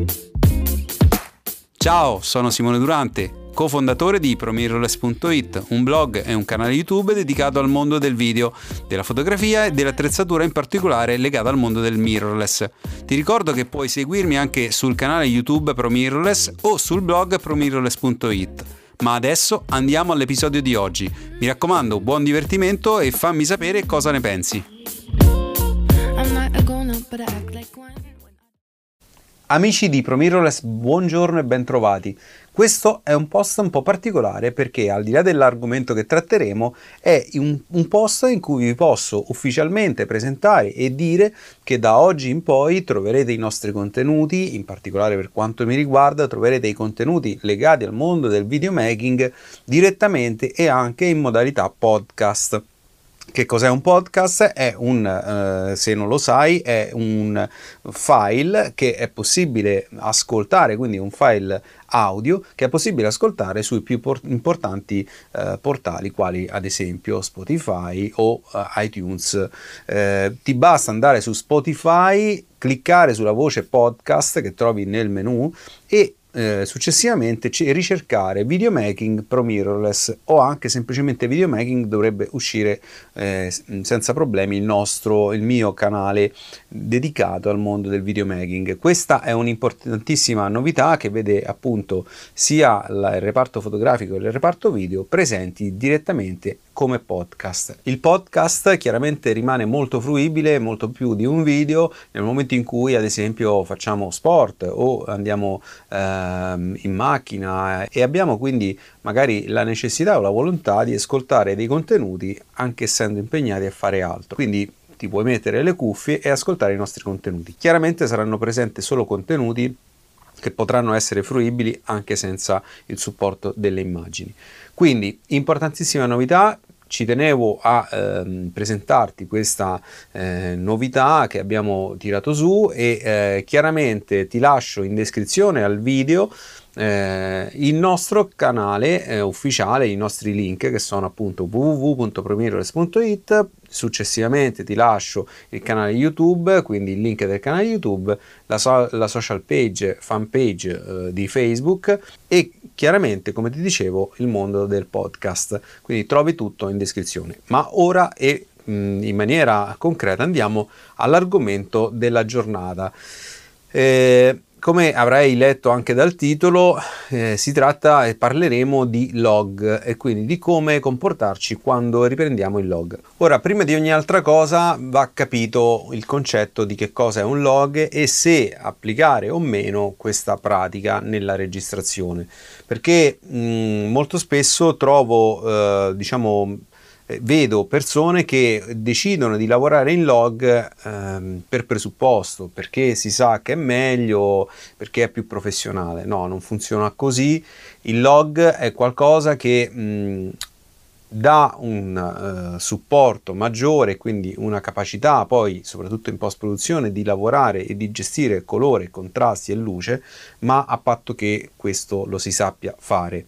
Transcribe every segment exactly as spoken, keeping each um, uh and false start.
Ciao, sono Simone Durante, cofondatore di ProMirrorless punto it, un blog e un canale YouTube dedicato al mondo del video, della fotografia e dell'attrezzatura, in particolare legata al mondo del mirrorless. Ti ricordo che puoi seguirmi anche sul canale YouTube ProMirrorless o sul blog ProMirrorless punto it. Ma adesso andiamo all'episodio di oggi. Mi raccomando, buon divertimento e fammi sapere cosa ne pensi. Amici di ProMirrorless, buongiorno e bentrovati. Questo è un post un po' particolare perché, al di là dell'argomento che tratteremo, è un, un post in cui vi posso ufficialmente presentare e dire che da oggi in poi troverete i nostri contenuti, in particolare per quanto mi riguarda, troverete i contenuti legati al mondo del videomaking direttamente e anche in modalità podcast. Che cos'è un podcast? È un, eh, se non lo sai, è un file che è possibile ascoltare, quindi un file audio che è possibile ascoltare sui più por- importanti eh, portali, quali ad esempio Spotify o uh, iTunes. Eh, ti basta andare su Spotify, cliccare sulla voce podcast che trovi nel menu e Eh, successivamente c- ricercare videomaking ProMirrorless, o anche semplicemente videomaking dovrebbe uscire eh, senza problemi il nostro, il mio canale dedicato al mondo del videomaking. Questa è un'importantissima novità che vede appunto sia il reparto fotografico che il reparto video presenti direttamente come podcast. Il podcast chiaramente rimane molto fruibile, molto più di un video, nel momento in cui ad esempio facciamo sport o andiamo eh, in macchina e abbiamo quindi magari la necessità o la volontà di ascoltare dei contenuti anche essendo impegnati a fare altro. Quindi ti puoi mettere le cuffie e ascoltare i nostri contenuti. Chiaramente saranno presenti solo contenuti che potranno essere fruibili anche senza il supporto delle immagini. Quindi, importantissima novità. Ci tenevo a ehm, presentarti questa eh, novità che abbiamo tirato su e eh, chiaramente ti lascio in descrizione al video eh, il nostro canale eh, ufficiale, i nostri link che sono appunto w w w punto promirrorless punto it. Successivamente ti lascio il canale YouTube, quindi il link del canale YouTube, la, so- la social page, fan page eh, di Facebook e chiaramente, come ti dicevo, il mondo del podcast. Quindi trovi tutto in descrizione. Ma ora e mh, in maniera concreta andiamo all'argomento della giornata. Eh, Come avrai letto anche dal titolo, eh, si tratta e parleremo di log e quindi di come comportarci quando riprendiamo il log. Ora, prima di ogni altra cosa va capito il concetto di che cosa è un log e se applicare o meno questa pratica nella registrazione, perché mh, molto spesso trovo, eh, diciamo, vedo persone che decidono di lavorare in log ehm, per presupposto, perché si sa che è meglio, perché è più professionale. No, non funziona così. Il log è qualcosa che mh, dà un uh, supporto maggiore, quindi una capacità poi, soprattutto in post-produzione, di lavorare e di gestire colore, contrasti e luce, ma a patto che questo lo si sappia fare.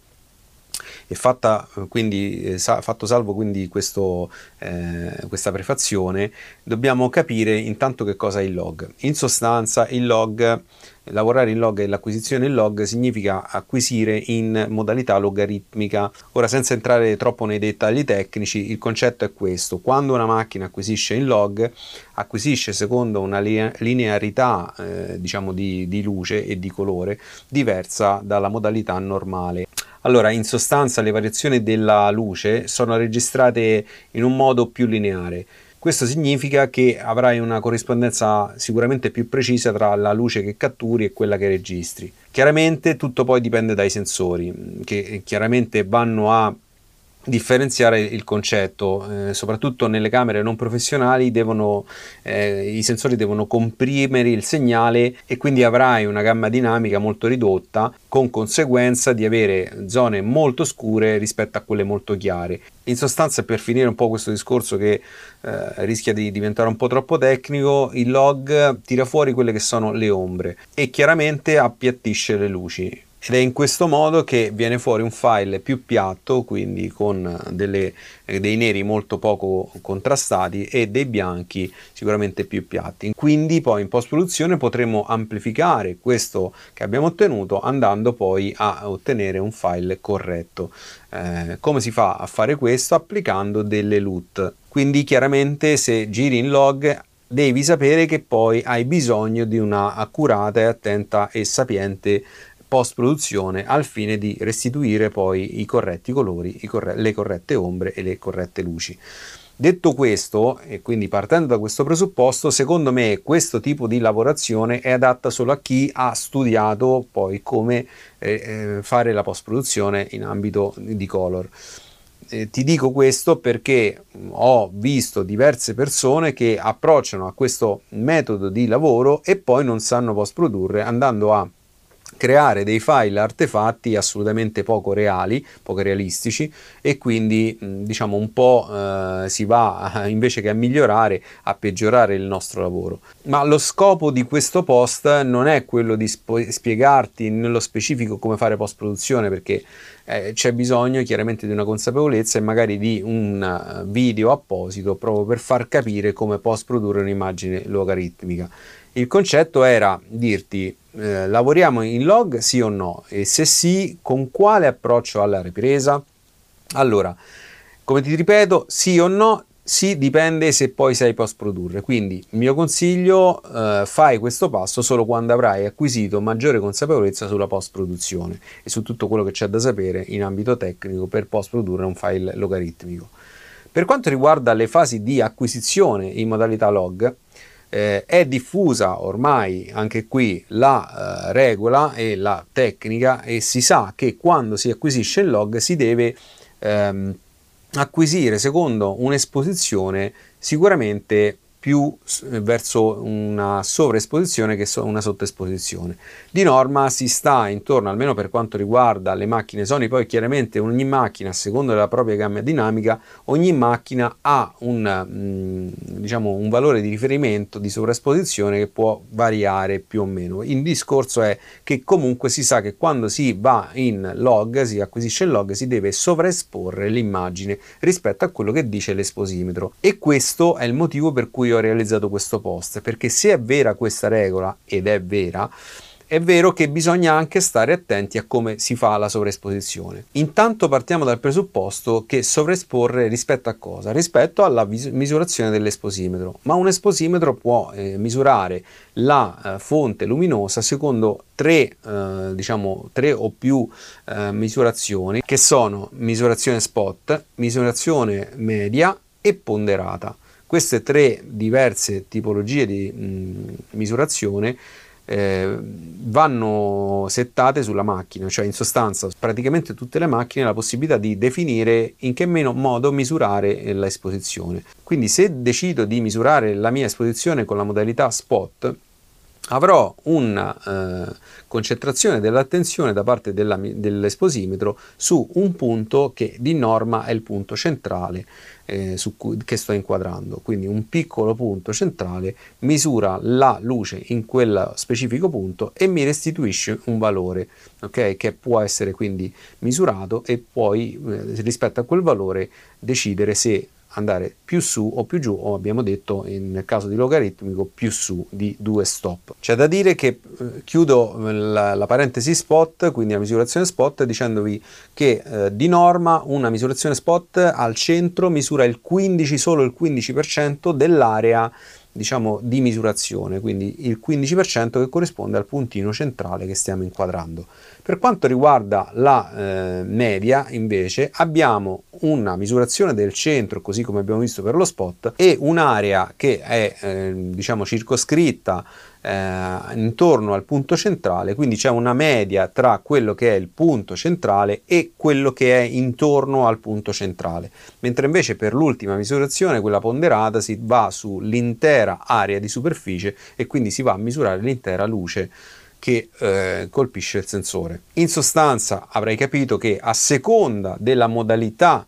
E fatta quindi eh, sa, fatto salvo quindi questo, eh, questa prefazione, dobbiamo capire intanto che cosa è il log. In sostanza il log, lavorare in log e l'acquisizione in log significa acquisire in modalità logaritmica. Ora, senza entrare troppo nei dettagli tecnici, il concetto è questo: quando una macchina acquisisce in log, acquisisce secondo una linearità eh, diciamo di, di luce e di colore diversa dalla modalità normale. Allora, in sostanza le variazioni della luce sono registrate in un modo più lineare. Questo significa che avrai una corrispondenza sicuramente più precisa tra la luce che catturi e quella che registri. Chiaramente tutto poi dipende dai sensori, che chiaramente vanno a differenziare il concetto, eh, soprattutto nelle camere non professionali devono, eh, i sensori devono comprimere il segnale e quindi avrai una gamma dinamica molto ridotta, con conseguenza di avere zone molto scure rispetto a quelle molto chiare. In sostanza, per finire un po' questo discorso che eh, rischia di diventare un po' troppo tecnico, il log tira fuori quelle che sono le ombre e chiaramente appiattisce le luci. ed è in questo modo che viene fuori un file più piatto, quindi con delle, eh, dei neri molto poco contrastati e dei bianchi sicuramente più piatti. Quindi poi in post produzione potremo amplificare questo che abbiamo ottenuto andando poi a ottenere un file corretto. Eh, come si fa a fare questo? Applicando delle L U T. Quindi chiaramente se giri in log devi sapere che poi hai bisogno di una accurata e attenta e sapiente post produzione al fine di restituire poi i corretti colori, i corre- le corrette ombre e le corrette luci. Detto questo, e quindi partendo da questo presupposto, secondo me questo tipo di lavorazione è adatta solo a chi ha studiato poi come eh, fare la post produzione in ambito di color. Eh, ti dico questo perché ho visto diverse persone che approcciano a questo metodo di lavoro e poi non sanno post produrre, andando a creare dei file artefatti assolutamente poco reali, poco realistici, e quindi diciamo un po' eh, si va a, invece che a migliorare, a peggiorare il nostro lavoro. Ma lo scopo di questo post non è quello di spiegarti nello specifico come fare post produzione, perché eh, c'è bisogno chiaramente di una consapevolezza e magari di un video apposito proprio per far capire come post produrre un'immagine logaritmica. Il concetto era dirti eh, lavoriamo in log sì o no, e se sì con quale approccio alla ripresa. Allora, come ti ripeto, sì o no, sì dipende se poi sai post produrre, quindi il mio consiglio, eh, fai questo passo solo quando avrai acquisito maggiore consapevolezza sulla post produzione e su tutto quello che c'è da sapere in ambito tecnico per post produrre un file logaritmico. Per quanto riguarda le fasi di acquisizione in modalità log, Eh, è diffusa ormai anche qui la eh, regola e la tecnica, e si sa che quando si acquisisce il log si deve ehm, acquisire secondo un'esposizione sicuramente più verso una sovraesposizione che una sottoesposizione. Di norma si sta intorno, almeno per quanto riguarda le macchine Sony, poi chiaramente ogni macchina, a seconda della propria gamma dinamica, ogni macchina ha un, diciamo, un valore di riferimento di sovraesposizione che può variare più o meno. Il discorso è che comunque si sa che quando si va in log, si acquisisce il log, si deve sovraesporre l'immagine rispetto a quello che dice l'esposimetro, e questo è il motivo per cui ho realizzato questo post, perché se è vera questa regola, ed è vera, è vero che bisogna anche stare attenti a come si fa la sovraesposizione. Intanto partiamo dal presupposto che sovraesporre rispetto a cosa? Rispetto alla misurazione dell'esposimetro, ma un esposimetro può eh, misurare la eh, fonte luminosa secondo tre, eh, diciamo, tre o più eh, misurazioni, che sono misurazione spot, misurazione media e ponderata. Queste tre diverse tipologie di mh, misurazione eh, vanno settate sulla macchina, cioè in sostanza praticamente tutte le macchine hanno la possibilità di definire in che meno modo misurare l'esposizione. Quindi se decido di misurare la mia esposizione con la modalità spot, avrò una eh, concentrazione dell'attenzione da parte della, dell'esposimetro su un punto che di norma è il punto centrale eh, su cui, che sto inquadrando. Quindi un piccolo punto centrale misura la luce in quel specifico punto e mi restituisce un valore, okay, che può essere quindi misurato, e poi eh, rispetto a quel valore decidere se andare più su o più giù, o abbiamo detto nel caso di logaritmico più su di due stop. C'è da dire che eh, chiudo la, la parentesi spot, quindi la misurazione spot, dicendovi che eh, di norma una misurazione spot al centro misura il quindici, solo il quindici per cento dell'area, diciamo, di misurazione, quindi il quindici per cento che corrisponde al puntino centrale che stiamo inquadrando. Per quanto riguarda la eh, media, invece, abbiamo una misurazione del centro, così come abbiamo visto per lo spot, e un'area che è eh, diciamo circoscritta eh, intorno al punto centrale, quindi c'è una media tra quello che è il punto centrale e quello che è intorno al punto centrale, mentre invece per l'ultima misurazione, quella ponderata, si va sull'intera area di superficie e quindi si va a misurare l'intera luce che eh, colpisce il sensore. In sostanza avrai capito che a seconda della modalità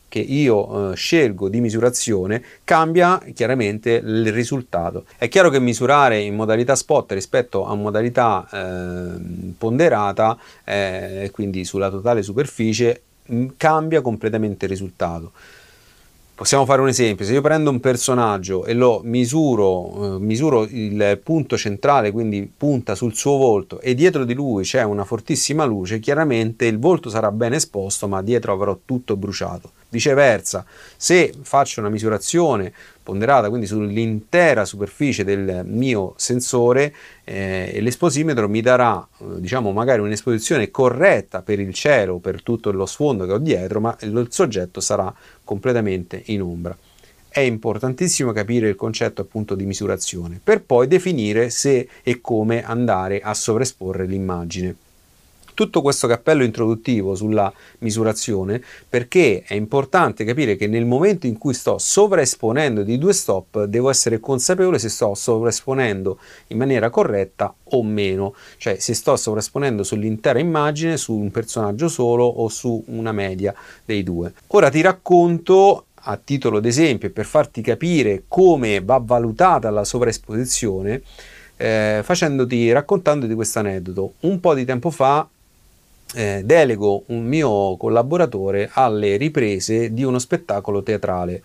che io eh, scelgo di misurazione, cambia chiaramente il risultato. È chiaro che misurare in modalità spot rispetto a modalità eh, ponderata, eh, quindi sulla totale superficie, mh, cambia completamente il risultato. Possiamo fare un esempio: se io prendo un personaggio e lo misuro, eh, misuro il punto centrale, quindi punta sul suo volto, e dietro di lui c'è una fortissima luce, chiaramente il volto sarà ben esposto, ma dietro avrò tutto bruciato. Viceversa, se faccio una misurazione ponderata, quindi sull'intera superficie del mio sensore, eh, l'esposimetro mi darà, eh, diciamo, magari un'esposizione corretta per il cielo, per tutto lo sfondo che ho dietro, ma il soggetto sarà completamente in ombra. È importantissimo capire il concetto appunto di misurazione, per poi definire se e come andare a sovraesporre l'immagine. Tutto questo cappello introduttivo sulla misurazione, perché è importante capire che nel momento in cui sto sovraesponendo di due stop devo essere consapevole se sto sovraesponendo in maniera corretta o meno, cioè se sto sovraesponendo sull'intera immagine, su un personaggio solo o su una media dei due. Ora ti racconto, a titolo d'esempio, per farti capire come va valutata la sovraesposizione, eh, facendoti, raccontandoti questo aneddoto. Un po' di tempo fa Eh, delego un mio collaboratore alle riprese di uno spettacolo teatrale.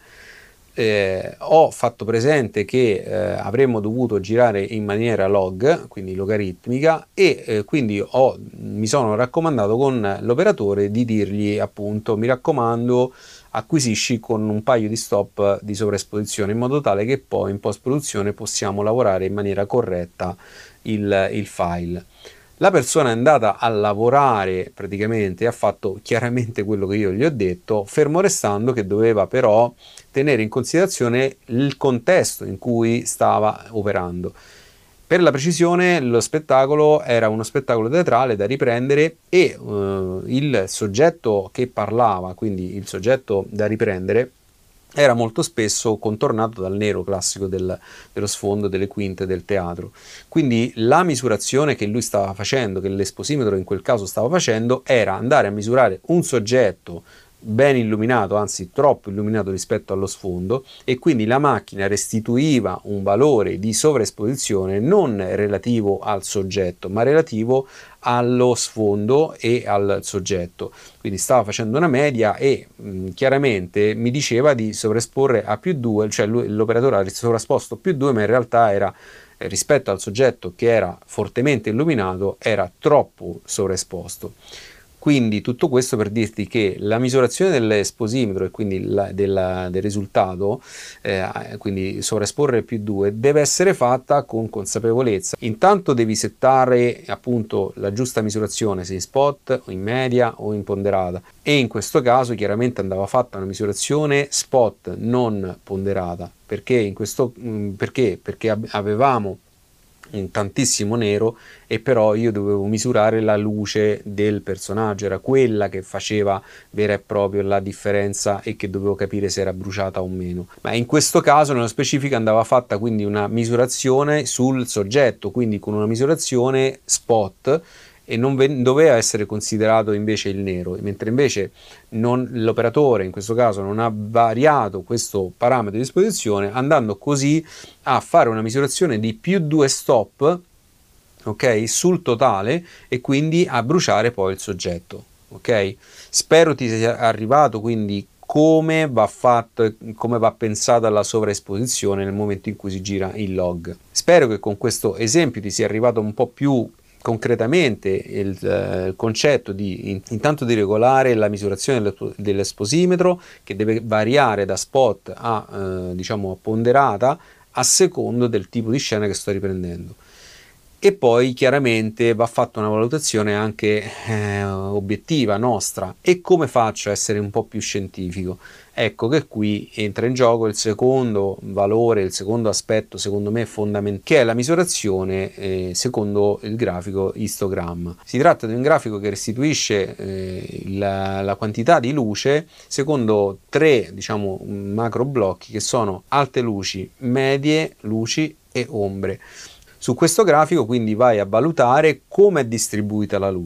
Eh, ho fatto presente che eh, avremmo dovuto girare in maniera log, quindi logaritmica, e eh, quindi ho, mi sono raccomandato con l'operatore di dirgli appunto: mi raccomando, acquisisci con un paio di stop di sovraesposizione, in modo tale che poi in post produzione possiamo lavorare in maniera corretta il, il file. La persona è andata a lavorare praticamente, ha fatto chiaramente quello che io gli ho detto, fermo restando che doveva però tenere in considerazione il contesto in cui stava operando. Per la precisione, lo spettacolo era uno spettacolo teatrale da riprendere e uh, il soggetto che parlava, quindi il soggetto da riprendere, era molto spesso contornato dal nero classico del, dello sfondo delle quinte del teatro. Quindi la misurazione che lui stava facendo, che l'esposimetro in quel caso stava facendo, era andare a misurare un soggetto ben illuminato, anzi troppo illuminato rispetto allo sfondo, e quindi la macchina restituiva un valore di sovraesposizione non relativo al soggetto, ma relativo allo sfondo e al soggetto. Quindi stava facendo una media e mh, chiaramente mi diceva di sovraesporre a più due, cioè l'operatore ha sovrasposto più due, ma in realtà era, eh, rispetto al soggetto che era fortemente illuminato, era troppo sovraesposto. Quindi tutto questo per dirti che la misurazione dell'esposimetro e quindi la, della, del risultato, eh, quindi sovraesporre più due, deve essere fatta con consapevolezza. Intanto devi settare appunto la giusta misurazione, se in spot, in media o in ponderata, e in questo caso chiaramente andava fatta una misurazione spot non ponderata. Perché? In questo, perché? Perché avevamo un tantissimo nero e però io dovevo misurare la luce del personaggio, era quella che faceva vera e propria la differenza e che dovevo capire se era bruciata o meno. Ma in questo caso nello specifico andava fatta quindi una misurazione sul soggetto, quindi con una misurazione spot, e non doveva essere considerato invece il nero, mentre invece l'operatore in questo caso non ha variato questo parametro di esposizione, andando così a fare una misurazione di più due stop, ok, sul totale, e quindi a bruciare poi il soggetto. Ok, spero ti sia arrivato quindi come va fatto e come va pensata la sovraesposizione nel momento in cui si gira il log. Spero che con questo esempio ti sia arrivato un po' più concretamente il, eh, il concetto di in, intanto di regolare la misurazione dell'esposimetro, che deve variare da spot a eh, diciamo ponderata a secondo del tipo di scena che sto riprendendo, e poi chiaramente va fatta una valutazione anche eh, obiettiva nostra. E come faccio a essere un po' più scientifico? Ecco che qui entra in gioco il secondo valore, il secondo aspetto secondo me fondamentale, che è la misurazione eh, secondo il grafico histogram. Si tratta di un grafico che restituisce eh, la, la quantità di luce secondo tre, diciamo, macro blocchi, che sono alte luci, medie luci e ombre. Su questo grafico quindi vai a valutare come è distribuita la luce,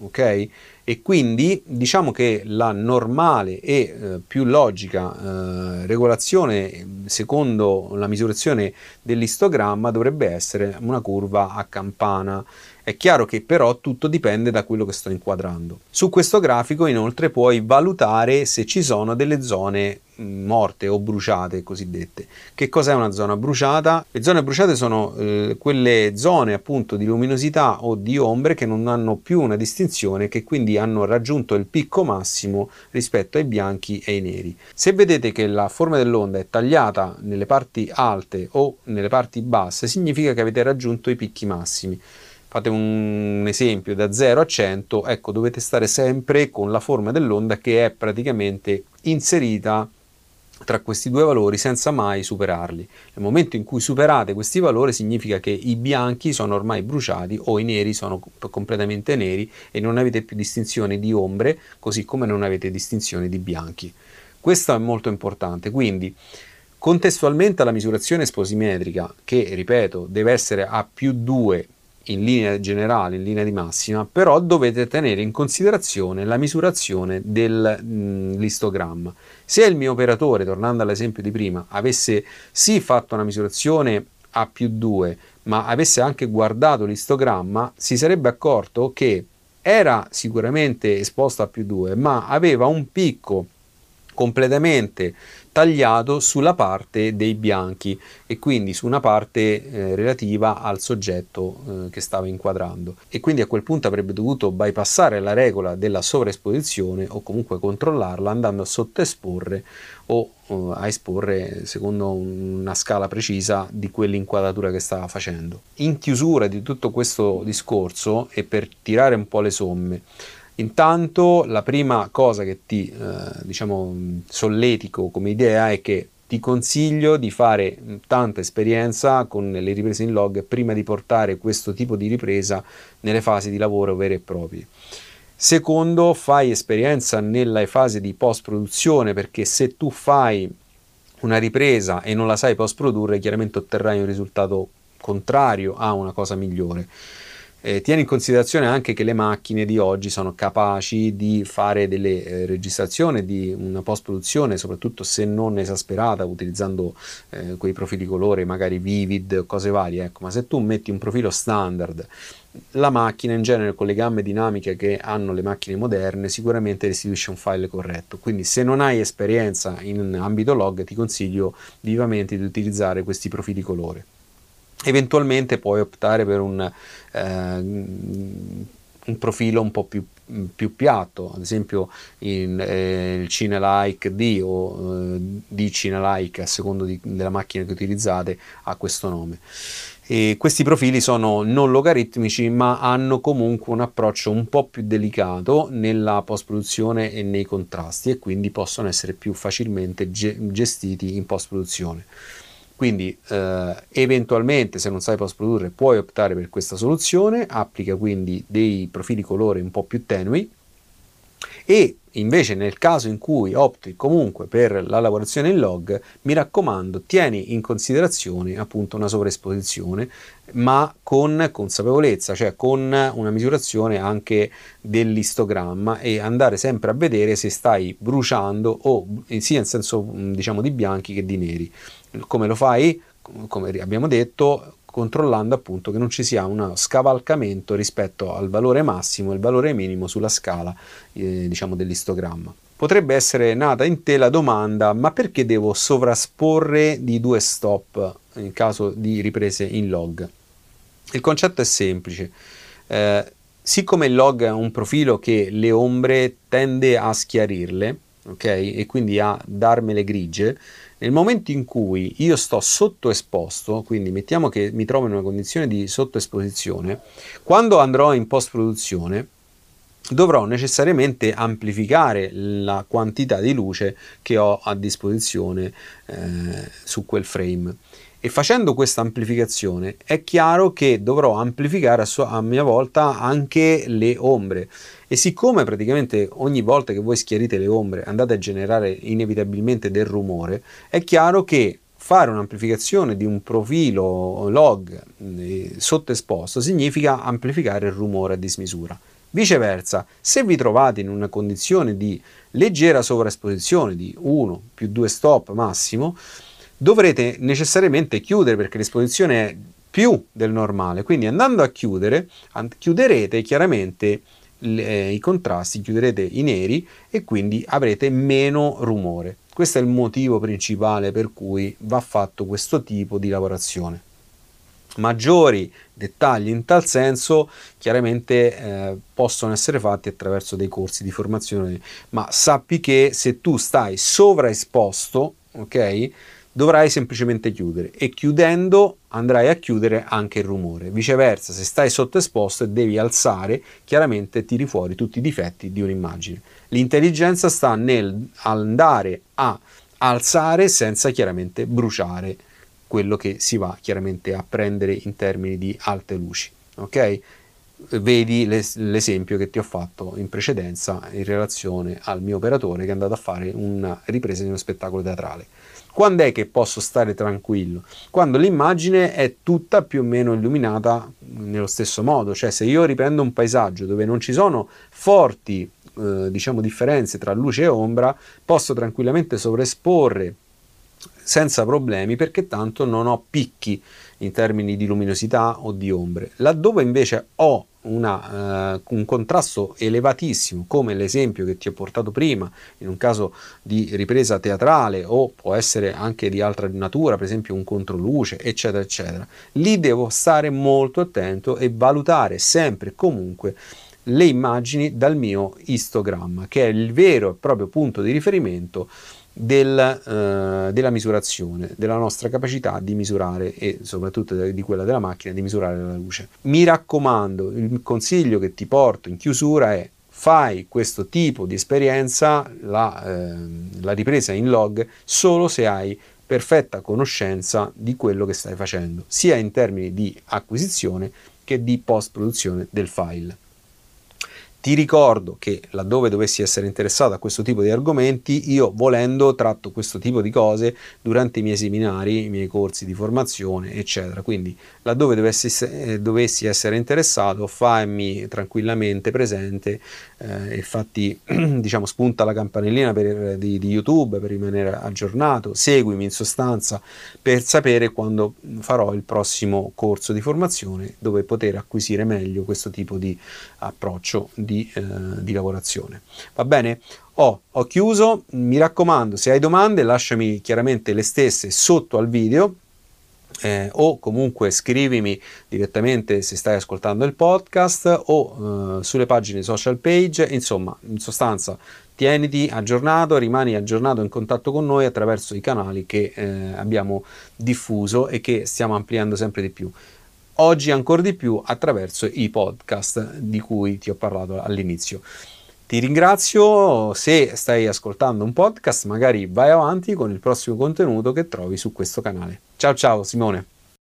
ok? E quindi diciamo che la normale e eh, più logica eh, regolazione secondo la misurazione dell'istogramma dovrebbe essere una curva a campana. È chiaro che però tutto dipende da quello che sto inquadrando. Su questo grafico inoltre puoi valutare se ci sono delle zone morte o bruciate cosiddette. Che cos'è una zona bruciata? Le zone bruciate sono eh, quelle zone appunto di luminosità o di ombre che non hanno più una distinzione, che quindi hanno raggiunto il picco massimo rispetto ai bianchi e ai neri. Se vedete che la forma dell'onda è tagliata nelle parti alte o nelle parti basse, significa che avete raggiunto i picchi massimi. Fate un esempio da zero a cento, ecco, dovete stare sempre con la forma dell'onda che è praticamente inserita tra questi due valori senza mai superarli. Nel momento in cui superate questi valori significa che i bianchi sono ormai bruciati o i neri sono completamente neri e non avete più distinzione di ombre, così come non avete distinzione di bianchi. Questo è molto importante, quindi contestualmente alla misurazione esposimetrica, che ripeto deve essere a più due in linea generale, in linea di massima, però dovete tenere in considerazione la misurazione dell'istogramma. Se il mio operatore, tornando all'esempio di prima, avesse sì fatto una misurazione a più due, ma avesse anche guardato l'istogramma, si sarebbe accorto che era sicuramente esposto a più due, ma aveva un picco completamente tagliato sulla parte dei bianchi e quindi su una parte eh, relativa al soggetto eh, che stava inquadrando, e quindi a quel punto avrebbe dovuto bypassare la regola della sovraesposizione o comunque controllarla andando a sottoesporre o uh, a esporre secondo una scala precisa di quell'inquadratura che stava facendo. In chiusura di tutto questo discorso e per tirare un po' le somme, intanto la prima cosa che ti eh, diciamo solletico come idea è che ti consiglio di fare tanta esperienza con le riprese in log prima di portare questo tipo di ripresa nelle fasi di lavoro vere e proprie. Secondo, fai esperienza nella fase di post produzione, perché se tu fai una ripresa e non la sai post produrre chiaramente otterrai un risultato contrario a una cosa migliore. Eh, tieni in considerazione anche che le macchine di oggi sono capaci di fare delle eh, registrazioni di una post-produzione, soprattutto se non esasperata, utilizzando eh, quei profili colore, magari vivid, cose varie. Ecco, ma se tu metti un profilo standard, la macchina in genere con le gamme dinamiche che hanno le macchine moderne sicuramente restituisce un file corretto. Quindi se non hai esperienza in ambito log ti consiglio vivamente di utilizzare questi profili colore. Eventualmente puoi optare per un, eh, un profilo un po' più, più piatto, ad esempio in, eh, il Cinelike D o eh, D Cinelike, a secondo di, della macchina che utilizzate, ha questo nome. E questi profili sono non logaritmici, ma hanno comunque un approccio un po' più delicato nella post-produzione e nei contrasti, e quindi possono essere più facilmente ge- gestiti in post-produzione. Quindi eh, eventualmente, se non sai post produrre, puoi optare per questa soluzione, applica quindi dei profili colore un po' più tenui, e invece nel caso in cui opti comunque per la lavorazione in log, mi raccomando, tieni in considerazione appunto una sovraesposizione, ma con consapevolezza, cioè con una misurazione anche dell'istogramma, e andare sempre a vedere se stai bruciando o sia in senso diciamo di bianchi che di neri. Come lo fai? Come abbiamo detto, controllando appunto che non ci sia uno scavalcamento rispetto al valore massimo e il valore minimo sulla scala eh, diciamo dell'istogramma. Potrebbe essere nata in te la domanda: ma perché devo sovrasporre di due stop in caso di riprese in log? Il concetto è semplice. Eh, siccome il log è un profilo che le ombre tende a schiarirle, ok, e quindi a darmele grigie, nel momento in cui io sto sottoesposto, quindi mettiamo che mi trovo in una condizione di sottoesposizione, quando andrò in post produzione dovrò necessariamente amplificare la quantità di luce che ho a disposizione eh, su quel frame, e facendo questa amplificazione è chiaro che dovrò amplificare a, sua, a mia volta anche le ombre, e siccome praticamente ogni volta che voi schiarite le ombre andate a generare inevitabilmente del rumore, è chiaro che fare un'amplificazione di un profilo log eh, sottoesposto significa amplificare il rumore a dismisura. Viceversa, se vi trovate in una condizione di leggera sovraesposizione di uno più due stop massimo, dovrete necessariamente chiudere perché l'esposizione è più del normale, quindi andando a chiudere, chiuderete chiaramente le, i contrasti, chiuderete i neri e quindi avrete meno rumore. Questo è il motivo principale per cui va fatto questo tipo di lavorazione. Maggiori dettagli in tal senso chiaramente eh, possono essere fatti attraverso dei corsi di formazione, ma sappi che se tu stai sovraesposto, ok, dovrai semplicemente chiudere e chiudendo andrai a chiudere anche il rumore. Viceversa, se stai sottoesposto e devi alzare, chiaramente tiri fuori tutti i difetti di un'immagine. L'intelligenza sta nel andare a alzare senza chiaramente bruciare quello che si va chiaramente a prendere in termini di alte luci, ok? Vedi l'es- l'esempio che ti ho fatto in precedenza in relazione al mio operatore che è andato a fare una ripresa di uno spettacolo teatrale. Quando è che posso stare tranquillo? Quando l'immagine è tutta più o meno illuminata nello stesso modo, cioè se io riprendo un paesaggio dove non ci sono forti eh, diciamo differenze tra luce e ombra, posso tranquillamente sovraesporre senza problemi perché tanto non ho picchi in termini di luminosità o di ombre. Laddove invece ho una, uh, un contrasto elevatissimo, come l'esempio che ti ho portato prima, in un caso di ripresa teatrale o può essere anche di altra natura, per esempio un controluce, eccetera, eccetera, lì devo stare molto attento e valutare sempre e comunque le immagini dal mio histogramma, che è il vero e proprio punto di riferimento Del, uh, della misurazione, della nostra capacità di misurare e soprattutto di quella della macchina di misurare la luce. Mi raccomando, il consiglio che ti porto in chiusura è: fai questo tipo di esperienza, la, eh, la ripresa in log, solo se hai perfetta conoscenza di quello che stai facendo, sia in termini di acquisizione che di post-produzione del file. Ti ricordo che laddove dovessi essere interessato a questo tipo di argomenti, io volendo tratto questo tipo di cose durante i miei seminari, i miei corsi di formazione, eccetera. Quindi laddove dovessi, eh, dovessi essere interessato, fammi tranquillamente presente eh, e fatti, diciamo, spunta la campanellina per, di, di YouTube per rimanere aggiornato, seguimi in sostanza per sapere quando farò il prossimo corso di formazione dove poter acquisire meglio questo tipo di approccio di Di, eh, di lavorazione. Va bene? Oh, ho chiuso, mi raccomando, se hai domande lasciami chiaramente le stesse sotto al video eh, o comunque scrivimi direttamente se stai ascoltando il podcast o eh, sulle pagine social page, insomma, in sostanza tieniti aggiornato, rimani aggiornato in contatto con noi attraverso i canali che eh, abbiamo diffuso e che stiamo ampliando sempre di più. Oggi ancora di più attraverso i podcast di cui ti ho parlato all'inizio. Ti ringrazio, se stai ascoltando un podcast magari vai avanti con il prossimo contenuto che trovi su questo canale. Ciao ciao Simone!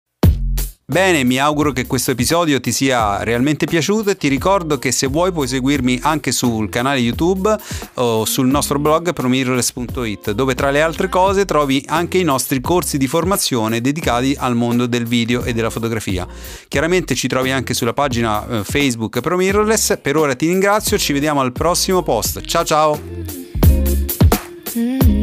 Bene, mi auguro che questo episodio ti sia realmente piaciuto e ti ricordo che se vuoi puoi seguirmi anche sul canale YouTube o sul nostro blog promirrorless punto it, dove tra le altre cose trovi anche i nostri corsi di formazione dedicati al mondo del video e della fotografia. Chiaramente ci trovi anche sulla pagina Facebook Promirrorless. Per ora ti ringrazio, ci vediamo al prossimo post. Ciao ciao!